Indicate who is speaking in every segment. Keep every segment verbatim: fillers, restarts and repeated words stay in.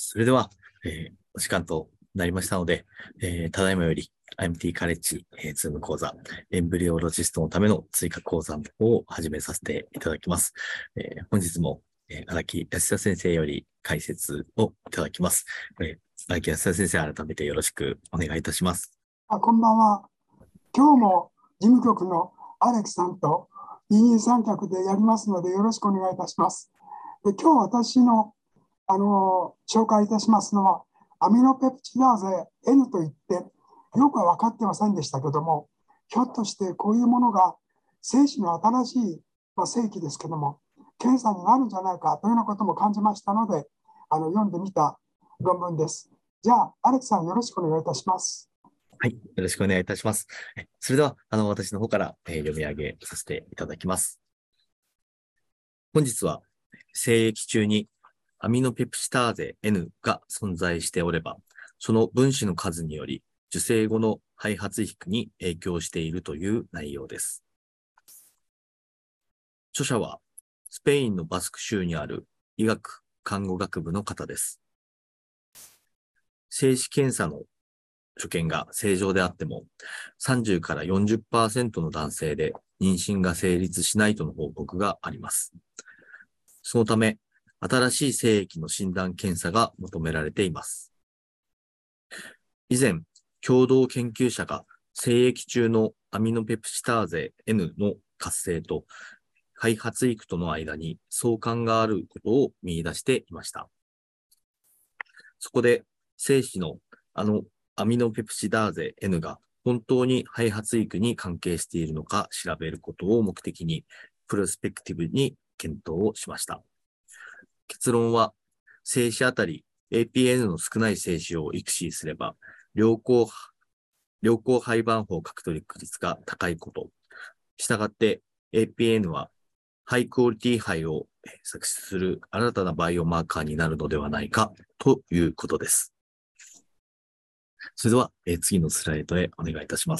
Speaker 1: それでは、えーお時間となりましたので、えーただいまより アイエムティー カレッジ、えー、ズーム講座、エンブリオロジストのための追加講座を始めさせていただきます。えー本日も、えー荒木康久先生より解説をいただきます。えー荒木康久先生、改めてよろしくお願いいたします。
Speaker 2: あ、こんばんは。今日も事務局のアレキさんと二人三脚でやりますのでよろしくお願いいたします。で、今日私の、あの紹介いたしますのはアミノペプチダーゼ N といってよくは分かってませんでしたけども、ひょっとしてこういうものが精子の新しい、まあ、世紀ですけども検査になるんじゃないかというようなことも感じましたので、あの読んでみた論文です。じゃあアレキさんよろしくお願いいたします。
Speaker 1: はい。よろしくお願いいたします。えそれでは、あの、私の方から、えー読み上げさせていただきます。本日は、精液中にアミノペプチターゼ N が存在しておれば、その分子の数により、受精後の肺発育に影響しているという内容です。著者は、スペインのバスク州にある医学看護学部の方です。精子検査の所見が正常であっても、さんじゅうからよんじゅっパーセントの男性で妊娠が成立しないとの報告があります。そのため、新しい精液の診断検査が求められています。以前、共同研究者が精液中のアミノペプチターゼ N の活性と肺発育との間に相関があることを見出していました。そこで、精子のあのアミノペプチダーゼ N が本当に肺発育に関係しているのか調べることを目的に、プロスペクティブに検討をしました。結論は、精子あたり エーピーエヌ の少ない精子を育児すれば、良好、良好胚盤法獲得率が高いこと。したがって エーピーエヌ はハイクオリティ胚を作出する新たなバイオマーカーになるのではないかということです。それでは、え次のスライドへお願いいたします。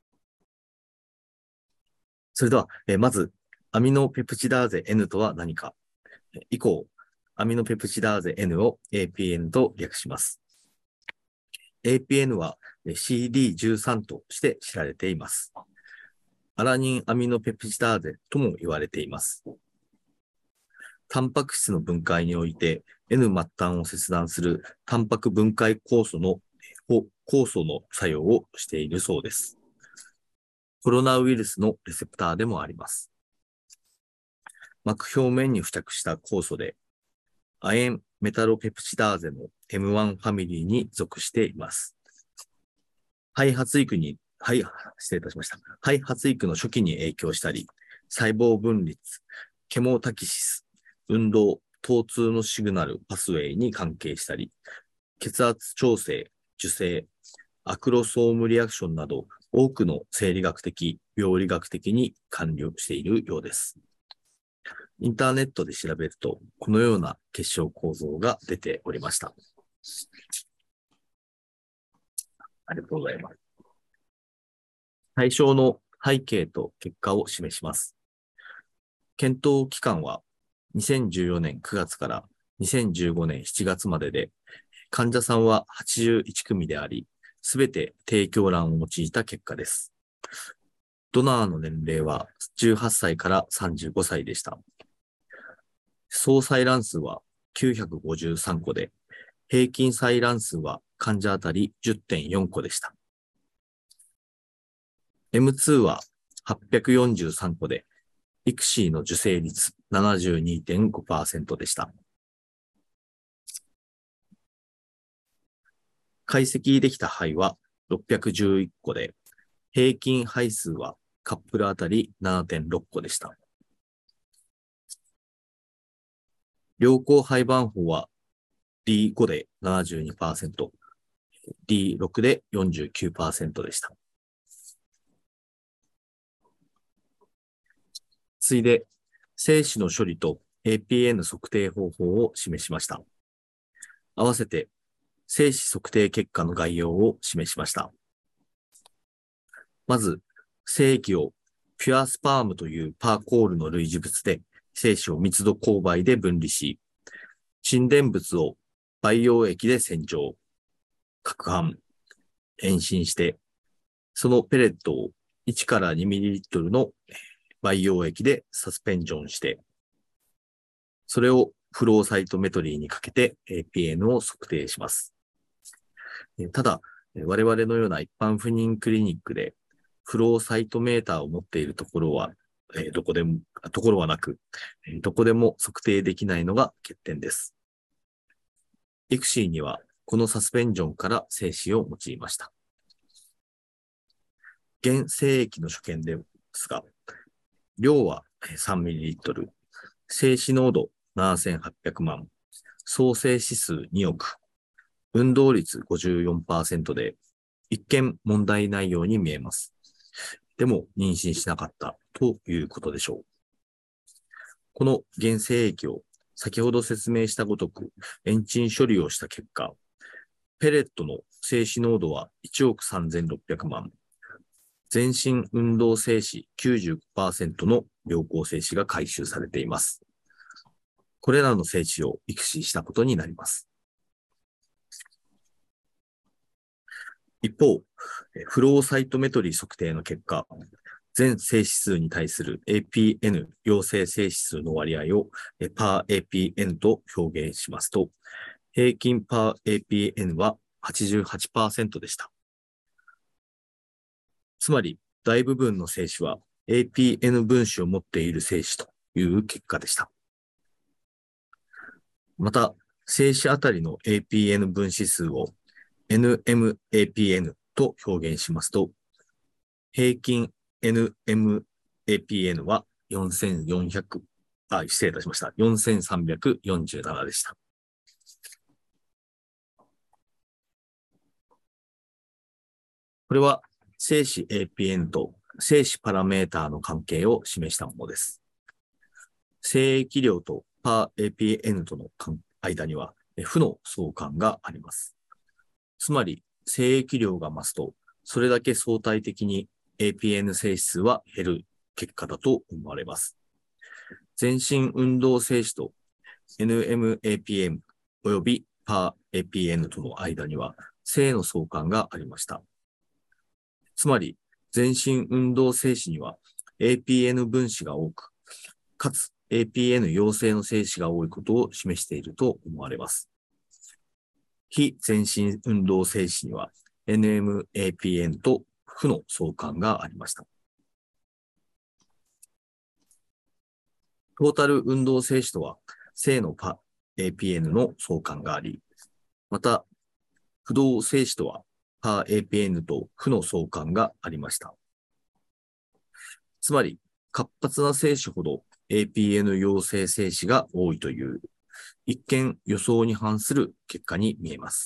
Speaker 1: それでは、えまず、アミノペプチダーゼ N とは何か。以降、アミノペプチダーゼ N を エーピーエヌ と略します。エーピーエヌ は シーディーじゅうさん として知られています。アラニンアミノペプチダーゼとも言われています。タンパク質の分解において N 末端を切断するタンパク分解酵素の酵素の作用をしているそうです。コロナウイルスのレセプターでもあります。膜表面に付着した酵素で、亜鉛メタロペプチダーゼの エムワン ファミリーに属しています。肺発育に、はい、失礼いたしました。肺発育の初期に影響したり、細胞分裂、ケモタキシス、運動、疼痛のシグナルパスウェイに関係したり、血圧調整、受精、アクロソームリアクションなど多くの生理学的、病理学的に関与しているようです。インターネットで調べると、このような結晶構造が出ておりました。ありがとうございます。対象の背景と結果を示します。検討期間はにせんじゅうよねんくがつからにせんじゅうごねんしちがつまでで、患者さんははちじゅういちくみであり、すべて提供欄を用いた結果です。ドナーの年齢はじゅうはっさいからさんじゅうごさいでした。総採卵数はきゅうひゃくごじゅうさんこで、平均採卵数は患者あたり じゅってんよんこでした。エムツー ははっぴゃくよんじゅうさんこで、イクシーの受精率 ななじゅうにてんごパーセント でした。解析できた肺はろっぴゃくじゅういっこで、平均肺数はカップルあたり ななてんろっこでした。良好胚盤法は ディーご で ななじゅうにパーセント、ディーろく で よんじゅうきゅうパーセント でした。次いで、精子の処理と エーピーエヌ 測定方法を示しました。合わせて、精子測定結果の概要を示しました。まず、精液をピュアスパームというパーコールの類似物で精子を密度勾配で分離し、沈殿物を培養液で洗浄、攪拌、遠心して、そのペレットをいちからにミリリットルの培養液でサスペンジョンして、それをフローサイトメトリーにかけて エーピーエヌ を測定します。ただ、我々のような一般不妊クリニックでフローサイトメーターを持っているところは、えー、どこでも、ところはなく、どこでも測定できないのが欠点です。イクシーにはこのサスペンジョンから精子を用いました。原精液の所見ですが、量は さんミリリットル、精子濃度ななせんはっぴゃくまん、総精子数におく、運動率 ごじゅうよんパーセント で、一見問題ないように見えます。でも妊娠しなかったということでしょう。この原精液を先ほど説明したごとくエンチン処理をした結果、ペレットの精子濃度はいちおくさんぜんろっぴゃくまん、全身運動精子 きゅうじゅうごパーセント の良好精子が回収されています。これらの精子を育児したことになります。一方、フローサイトメトリー測定の結果、全精子数に対する エーピーエヌ 陽性精子数の割合をパー エーピーエヌ と表現しますと、平均パー エーピーエヌ は はちじゅうはちパーセント でした。つまり、大部分の精子は エーピーエヌ 分子を持っている精子という結果でした。また、精子あたりの エーピーエヌ 分子数を エヌエムエーピーエヌ と表現しますと、平均 エヌエムエーピーエヌ はよんせんよんひゃく、あ、失礼いたしました。よんせんさんびゃくよんじゅうななでした。これは精子 エーピーエヌ と精子パラメーターの関係を示したものです。精液量とパー エーピーエヌ との間には負の相関があります。つまり、精液量が増すと、それだけ相対的に エーピーエヌ 性質は減る結果だと思われます。全身運動精子と エヌエムエーピーエヌ およびパー エーピーエヌ との間には正の相関がありました。つまり、全身運動精子には エーピーエヌ 分子が多く、かつ エーピーエヌ 陽性の精子が多いことを示していると思われます。非全身運動精子には エヌエムエーピーエヌ と負の相関がありました。トータル運動精子とは正のパ エーピーエヌ の相関があり、また不動精子とはパー エーピーエヌ と負の相関がありました。つまり活発な精子ほど エーピーエヌ 陽性精子が多いという一見予想に反する結果に見えます。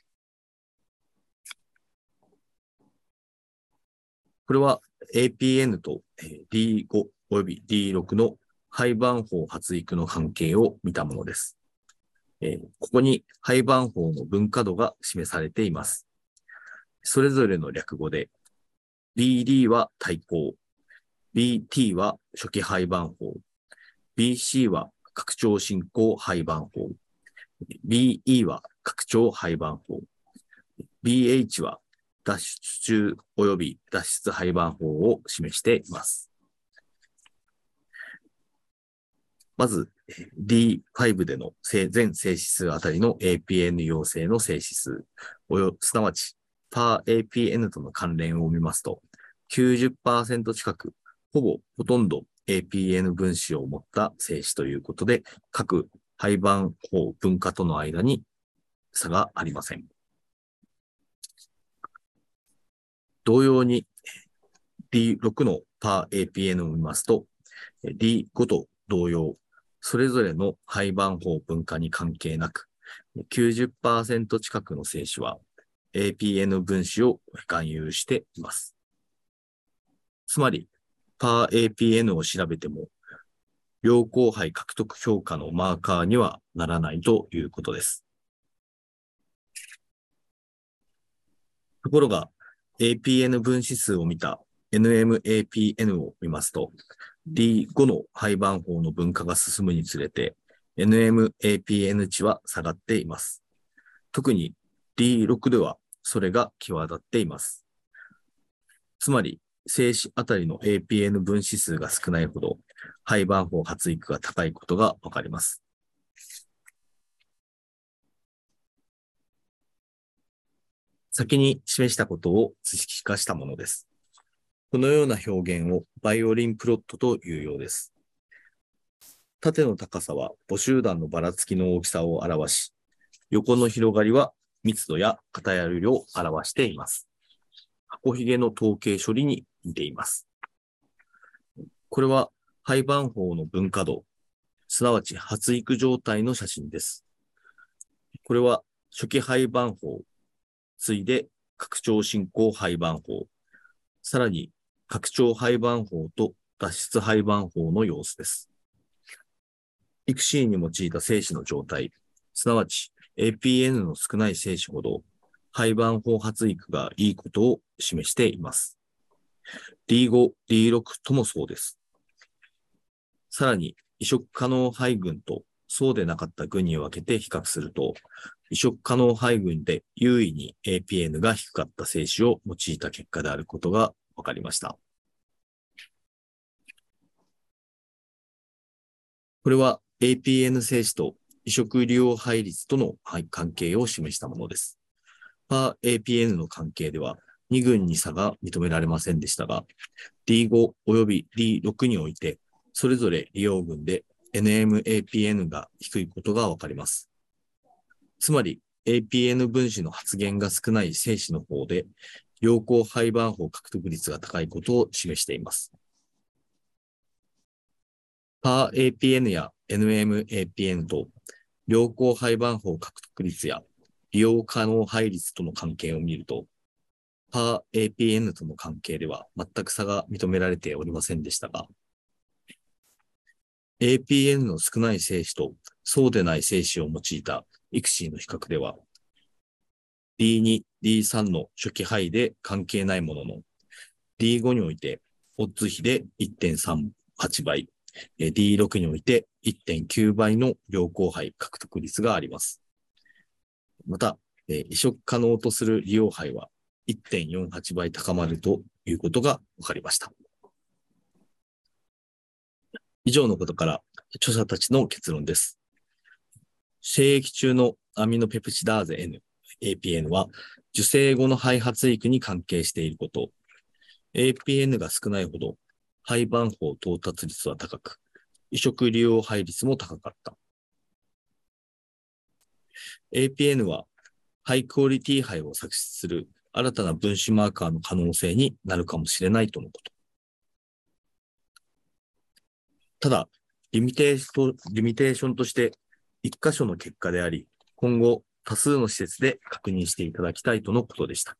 Speaker 1: これは エーピーエヌ と ディーご および ディーろく の胚盤胞発育の関係を見たものです。ここに胚盤胞の分化度が示されています。それぞれの略語で ビーディー は対抗、ビーティー は初期胚盤胞、ビーシー は拡張進行胚盤胞、ビーイー は拡張胚盤胞、ビーエイチ は脱出中及び脱出胚盤胞を示しています。まず ディーファイブ での全精子数あたりの エーピーエヌ 陽性の精子数、すなわちパー エーピーエヌ との関連を見ますと きゅうじゅっパーセント 近く、ほぼほとんど エーピーエヌ 分子を持った精子ということで、各胚盤胞分化との間に差がありません。同様に ディーろく のパー エーピーエヌ を見ますと ディーご と同様、それぞれの胚盤胞分化に関係なく きゅうじゅっパーセント 近くの精子は エーピーエヌ 分子を含有しています。つまり、パー エーピーエヌ を調べても良好胚獲得評価のマーカーにはならないということです。ところが、エーピーエヌ 分子数を見た エヌエムエーピーエヌ を見ますと、ディーご の胚盤胞の分化が進むにつれて、 エヌエムエーピーエヌ 値は下がっています。特に ディーろく ではそれが際立っています。つまり、精子あたりの エーピーエヌ 分子数が少ないほど、胚盤胞発育が高いことがわかります。先に示したことを図式化したものです。このような表現をバイオリンプロットというようです。縦の高さは母集団のばらつきの大きさを表し、横の広がりは密度や偏りを表しています。箱ひげの統計処理に似ています。これは胚盤胞の分化度、すなわち発育状態の写真です。これは初期胚盤胞、次いで拡張進行胚盤胞、さらに拡張胚盤胞と脱出胚盤胞の様子です。育児に用いた精子の状態、すなわち エーピーエヌ の少ない精子ほど胚盤胞発育がいいことを示しています。ディーご、ディーろく ともそうです。さらに移植可能胚群とそうでなかった群に分けて比較すると、移植可能胚群で優位に エーピーエヌ が低かった精子を用いた結果であることが分かりました。これは エーピーエヌ 精子と移植利用配率との関係を示したものです。パー エーピーエヌ の関係ではに群に差が認められませんでしたが、ディーご および ディーろく において、それぞれ利用群で エヌエムエーピーエヌ が低いことがわかります。つまり エーピーエヌ 分子の発現が少ない精子の方で、良好胚盤胞獲得率が高いことを示しています。パー エーピーエヌ や エヌエムエーピーエヌ と良好胚盤胞獲得率や利用可能配率との関係を見ると、パー エーピーエヌ との関係では全く差が認められておりませんでしたが、エーピーエヌ の少ない精子とそうでない精子を用いた育児の比較では、ディーに、ディーさん の初期胚で関係ないものの、ディーご においてオッズ比で いってんさんはち 倍、ディーろく において いってんきゅう 倍の良好胚獲得率があります。また、移植可能とする利用胚は いってんよんはち 倍高まるということが分かりました。以上のことから著者たちの結論です。精液中のアミノペプチダーゼ N、エーピーエヌ は受精後の胚発育に関係していること、エーピーエヌ が少ないほど胚盤胞到達率は高く、移植利用胚率も高かった。エーピーエヌ はハイクオリティ胚を作出する新たな分子マーカーの可能性になるかもしれないとのこと。ただ、リミテーション、リミテーションとして一箇所の結果であり、今後多数の施設で確認していただきたいとのことでした。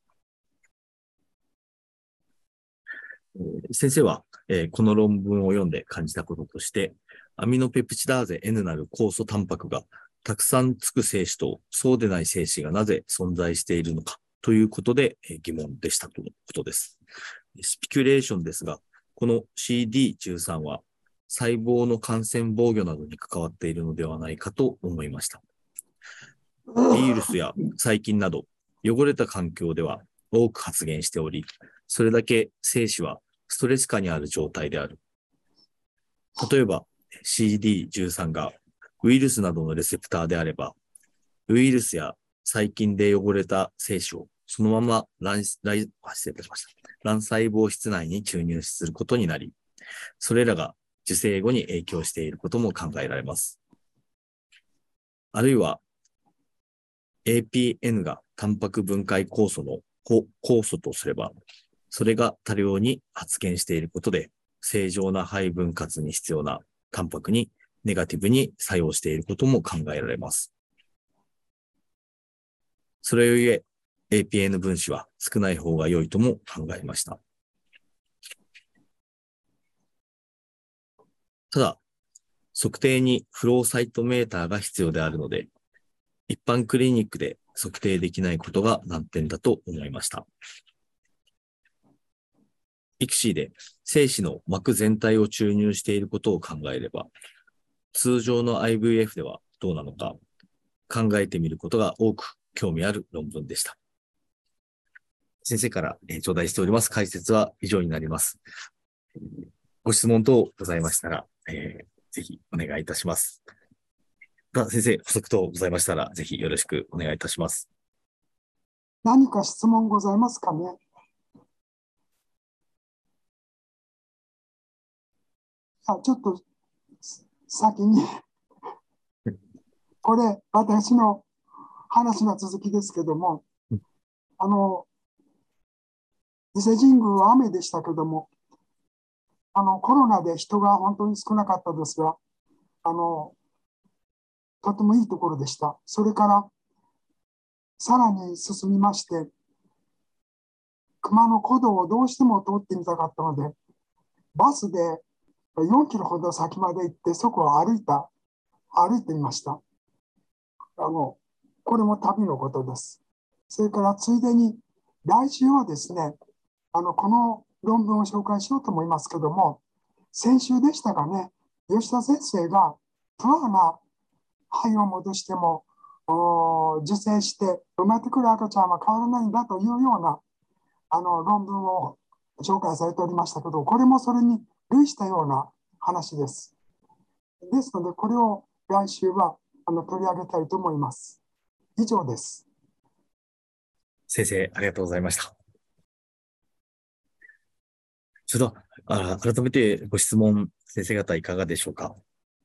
Speaker 1: 先生は、えー、この論文を読んで感じたこととして、アミノペプチダーゼ N なる酵素タンパクがたくさんつく精子とそうでない精子がなぜ存在しているのかということで、えー、疑問でしたとのことです。スピキュレーションですが、この シーディーじゅうさん は細胞の感染防御などに関わっているのではないかと思いました。ウイルスや細菌など汚れた環境では多く発現しており、それだけ精子はストレス下にある状態である。例えば シーディーじゅうさん がウイルスなどのレセプターであれば、ウイルスや細菌で汚れた精子をそのまま卵、失礼いたしました。卵細胞質内に注入することになり、それらが受精後に影響していることも考えられます。あるいは エーピーエヌ がタンパク分解酵素の酵素とすれば、それが多量に発現していることで、正常な胚分割に必要なタンパクにネガティブに作用していることも考えられます。それゆえ、エーピーエヌ 分子は少ない方が良いとも考えました。ただ、測定にフローサイトメーターが必要であるので、一般クリニックで測定できないことが難点だと思いました。イクシーで精子の膜全体を注入していることを考えれば、 通常の アイブイエフ ではどうなのか考えてみることが多く興味ある論文でした。先生から、えー頂戴しております解説は以上になります。ご質問等ございましたら、えーぜひお願いいたします。では先生、補足等ございましたら、ぜひよろしくお願いいたします。
Speaker 2: 何か質問ございますかね。あ、ちょっと先に、これ、私の話の続きですけども、あの、伊勢神宮は雨でしたけども、あの、コロナで人が本当に少なかったですが、あの、とてもいいところでした。それから、さらに進みまして、熊野古道をどうしても通ってみたかったので、バスでよんキロほど先まで行って、そこを歩いた、歩いてみました。あの、これも旅のことです。それからついでに、来週はですね、あの、この論文を紹介しようと思いますけども、先週でしたかね、吉田先生が、プアが肺を戻しても、受精して生まれてくる赤ちゃんは変わらないんだというようなあの論文を紹介されておりましたけど、これもそれに類したような話です。ですので、これを来週はあの取り上げたいと思います。以上です。
Speaker 1: 先生、ありがとうございました。ちょっと、あ改めてご質問、先生方いかがでしょうか。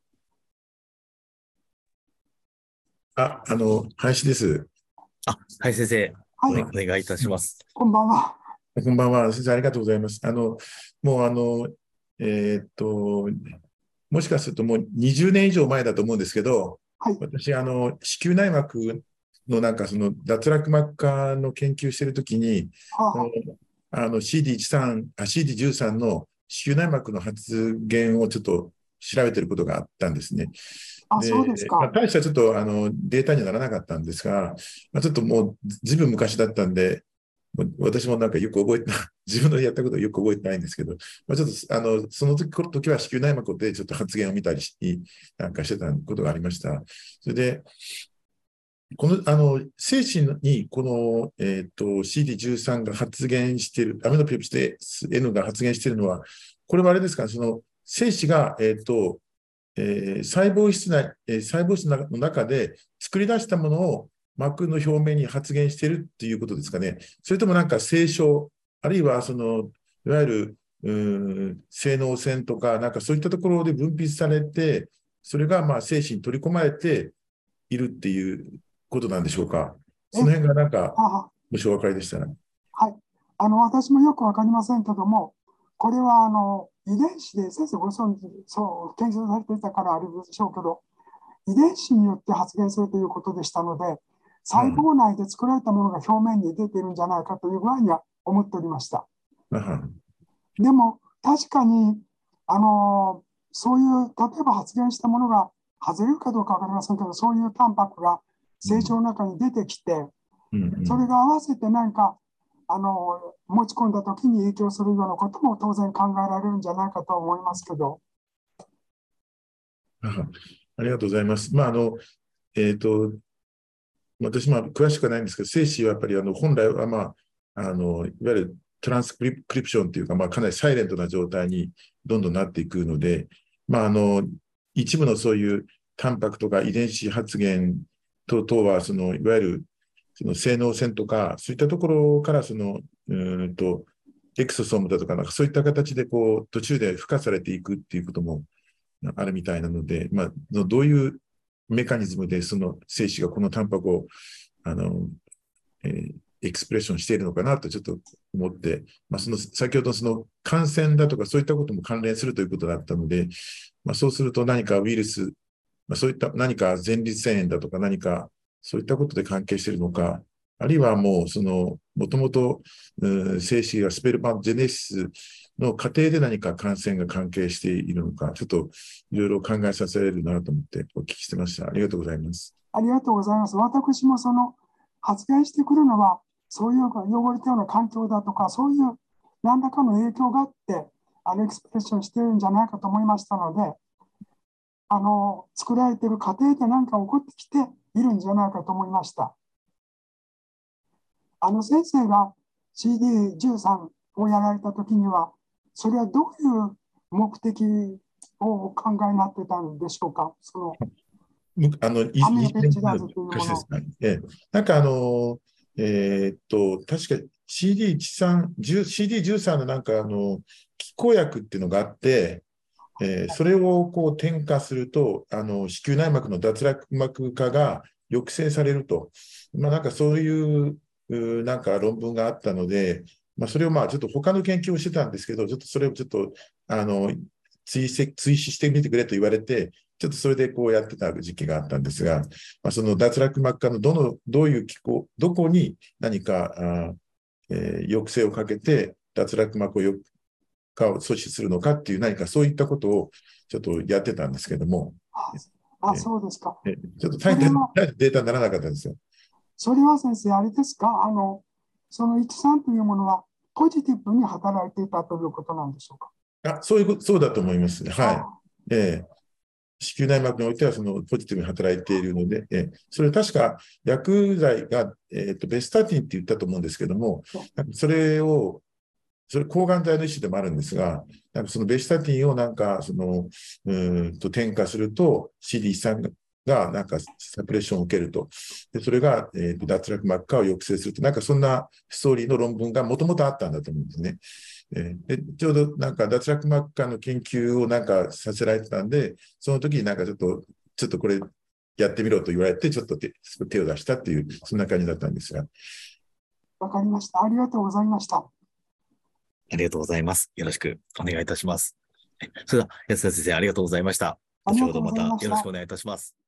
Speaker 3: あ、あの、林です。
Speaker 1: あ、はい、先生、
Speaker 2: はい、
Speaker 1: おお願いいたします。
Speaker 2: こんばんは。
Speaker 3: こんばんは。先生、ありがとうございます。あの、もうあの、えーっと、もしかするともうにじゅうねん以上前だと思うんですけど、
Speaker 2: はい、
Speaker 3: 私、あの、子宮内膜のなんかその脱落膜化の研究しているときに、
Speaker 2: はあ、
Speaker 3: あの シーディーじゅうさん、あ シーディーじゅうさん の子宮内膜の発現をちょっと調べてることがあったんですね。
Speaker 2: あ、そうです
Speaker 3: で、まあ、
Speaker 2: か。
Speaker 3: 大したちょっとあのデータにはならなかったんですが、まあ、ちょっともうずいぶん昔だったんで、私もなんかよく覚えて、自分のやったことをよく覚えてないんですけど、まあ、ちょっとあのその時時は子宮内膜でちょっと発言を見たりしなんかしてたことがありました。それで、この、あの、精子に、この、えっと、シーディーじゅうさん が発現している、アミノペプチド N が発現しているのは、これはあれですか、その、精子が、えっと、えー細胞質内、えー細胞質の中で作り出したものを膜の表面に発現しているっていうことですかね。それともなんか清症、あるいはその、いわゆる、うーん、性能腺とか、なんかそういったところで分泌されて、それがまあ精子に取り込まれているっていうことなんでしょうか。
Speaker 2: え、
Speaker 3: その辺がなんか、
Speaker 2: は
Speaker 3: もしお分かりでしたら。
Speaker 2: はい。あの、私もよくわかりませんけども、これはあの遺伝子で、先生ご存知、そう、研究されていたからあれでしょうけど、遺伝子によって発現するということでしたので、細
Speaker 3: は
Speaker 2: 胞内で作られたものが表面に出ているんじゃないかという具合には思っておりました。
Speaker 3: あ、は
Speaker 2: でも、確かに、あの、そういう、例えば発現したものが外れるかどうか分かりませんけど、そういうタンパクが成長の中に出てきて、
Speaker 3: うんうん、
Speaker 2: それが合わせて何か、あの、持ち込んだ時に影響するようなことも当然考えられるんじゃないかと思いますけど。
Speaker 3: あはありがとうございます。まあ、あの、えっと、私、まあ、詳しくはないんですけど、精子はやっぱりあの本来は、まあ、あのいわゆるトランスクリプションというか、まあ、かなりサイレントな状態にどんどんなっていくので、まあ、あの一部のそういうタンパクとか遺伝子発現等々は、そのいわゆるその性能線とか、そういったところからその、うんと、エクソソームだとか、なんかそういった形でこう途中で付加されていくっていうこともあるみたいなので、まあ、どういうメカニズムでその精子がこのタンパクをあの、えー、エクスプレッションしているのかなとちょっと思って、まあ、その先ほどその感染だとかそういったことも関連するということだったので、まあ、そうすると何かウイルス、まあ、そういった何か前立腺炎だとか何かそういったことで関係しているのか、あるいはもうそのもともと精子がスペルマジェネシスの過程で何か感染が関係しているのか、ちょっといろいろ考えさせられるなと思ってお聞きしてました。ありがとうございます。
Speaker 2: ありがとうございます。私もその発言してくるのは、そういう汚れたような環境だとか、そういう何らかの影響があって、あのエクスプレッションしているんじゃないかと思いましたので、 あの作られている過程で何か起こってきているんじゃないかと思いました。あの先生が シーディーじゅうさん をやられた時には、それはどういう目的をお考えになってたんでしょうか。その
Speaker 3: あの、い
Speaker 2: アミノペプチダーゼというも
Speaker 3: 歌詞です
Speaker 2: の。
Speaker 3: か。ええ、なんかあの、えーっと、確か シーディーじゅうさん、シーディーじゅうさん のなんかあの、拮抗薬っていうのがあって、えーそれをこう添加すると、あの、子宮内膜の脱落膜化が抑制されると。まあなんかそういう、うなんか論文があったので、まあそれをまあちょっと他の研究をしてたんですけど、ちょっとそれをちょっと、あの、追跡追試してみてくれと言われて、ちょっとそれでこうやってた時期があったんですが、まあ、その脱落膜化のどの、どういう機構、どこに何か、あえー抑制をかけて脱落膜をよ化を阻止するのかっていう何かそういったことをちょっとやってたんですけども、
Speaker 2: あ、あそうですか。
Speaker 3: えちょっと大変なデータにならなかったんですよ。
Speaker 2: それは先生、あれですか、あのそのいちさんというものはポジティブに働いていたということなんでしょうか。
Speaker 3: あ、そういうこと、そうだと思います。はい。
Speaker 2: あ
Speaker 3: えー子宮内膜においてはそのポジティブに働いているので、えそれ確か薬剤が、えーと、ベスタティンって言ったと思うんですけども、それを、それ抗がん剤の一種でもあるんですが、なんかそのベスタティンをなんかそのうーんと添加すると シーディーさん がなんかサプレッションを受けると。でそれが、えーと脱落膜化を抑制すると。なんかそんなストーリーの論文がもともとあったんだと思うんですね。えー、でちょうどなんか脱落膜下の研究をなんかさせられてたんで、その時になんかちょっと、ちょっとこれやってみろと言われて、ちょっと 手, 手を出したっていう、そんな感じだったんですが。
Speaker 2: わかりました。ありがとうございました。
Speaker 1: ありがとうございます。よろしくお願いいたします。それでは、安田先生、ありがとうございました。後ほどまたよろしくお願いいたします。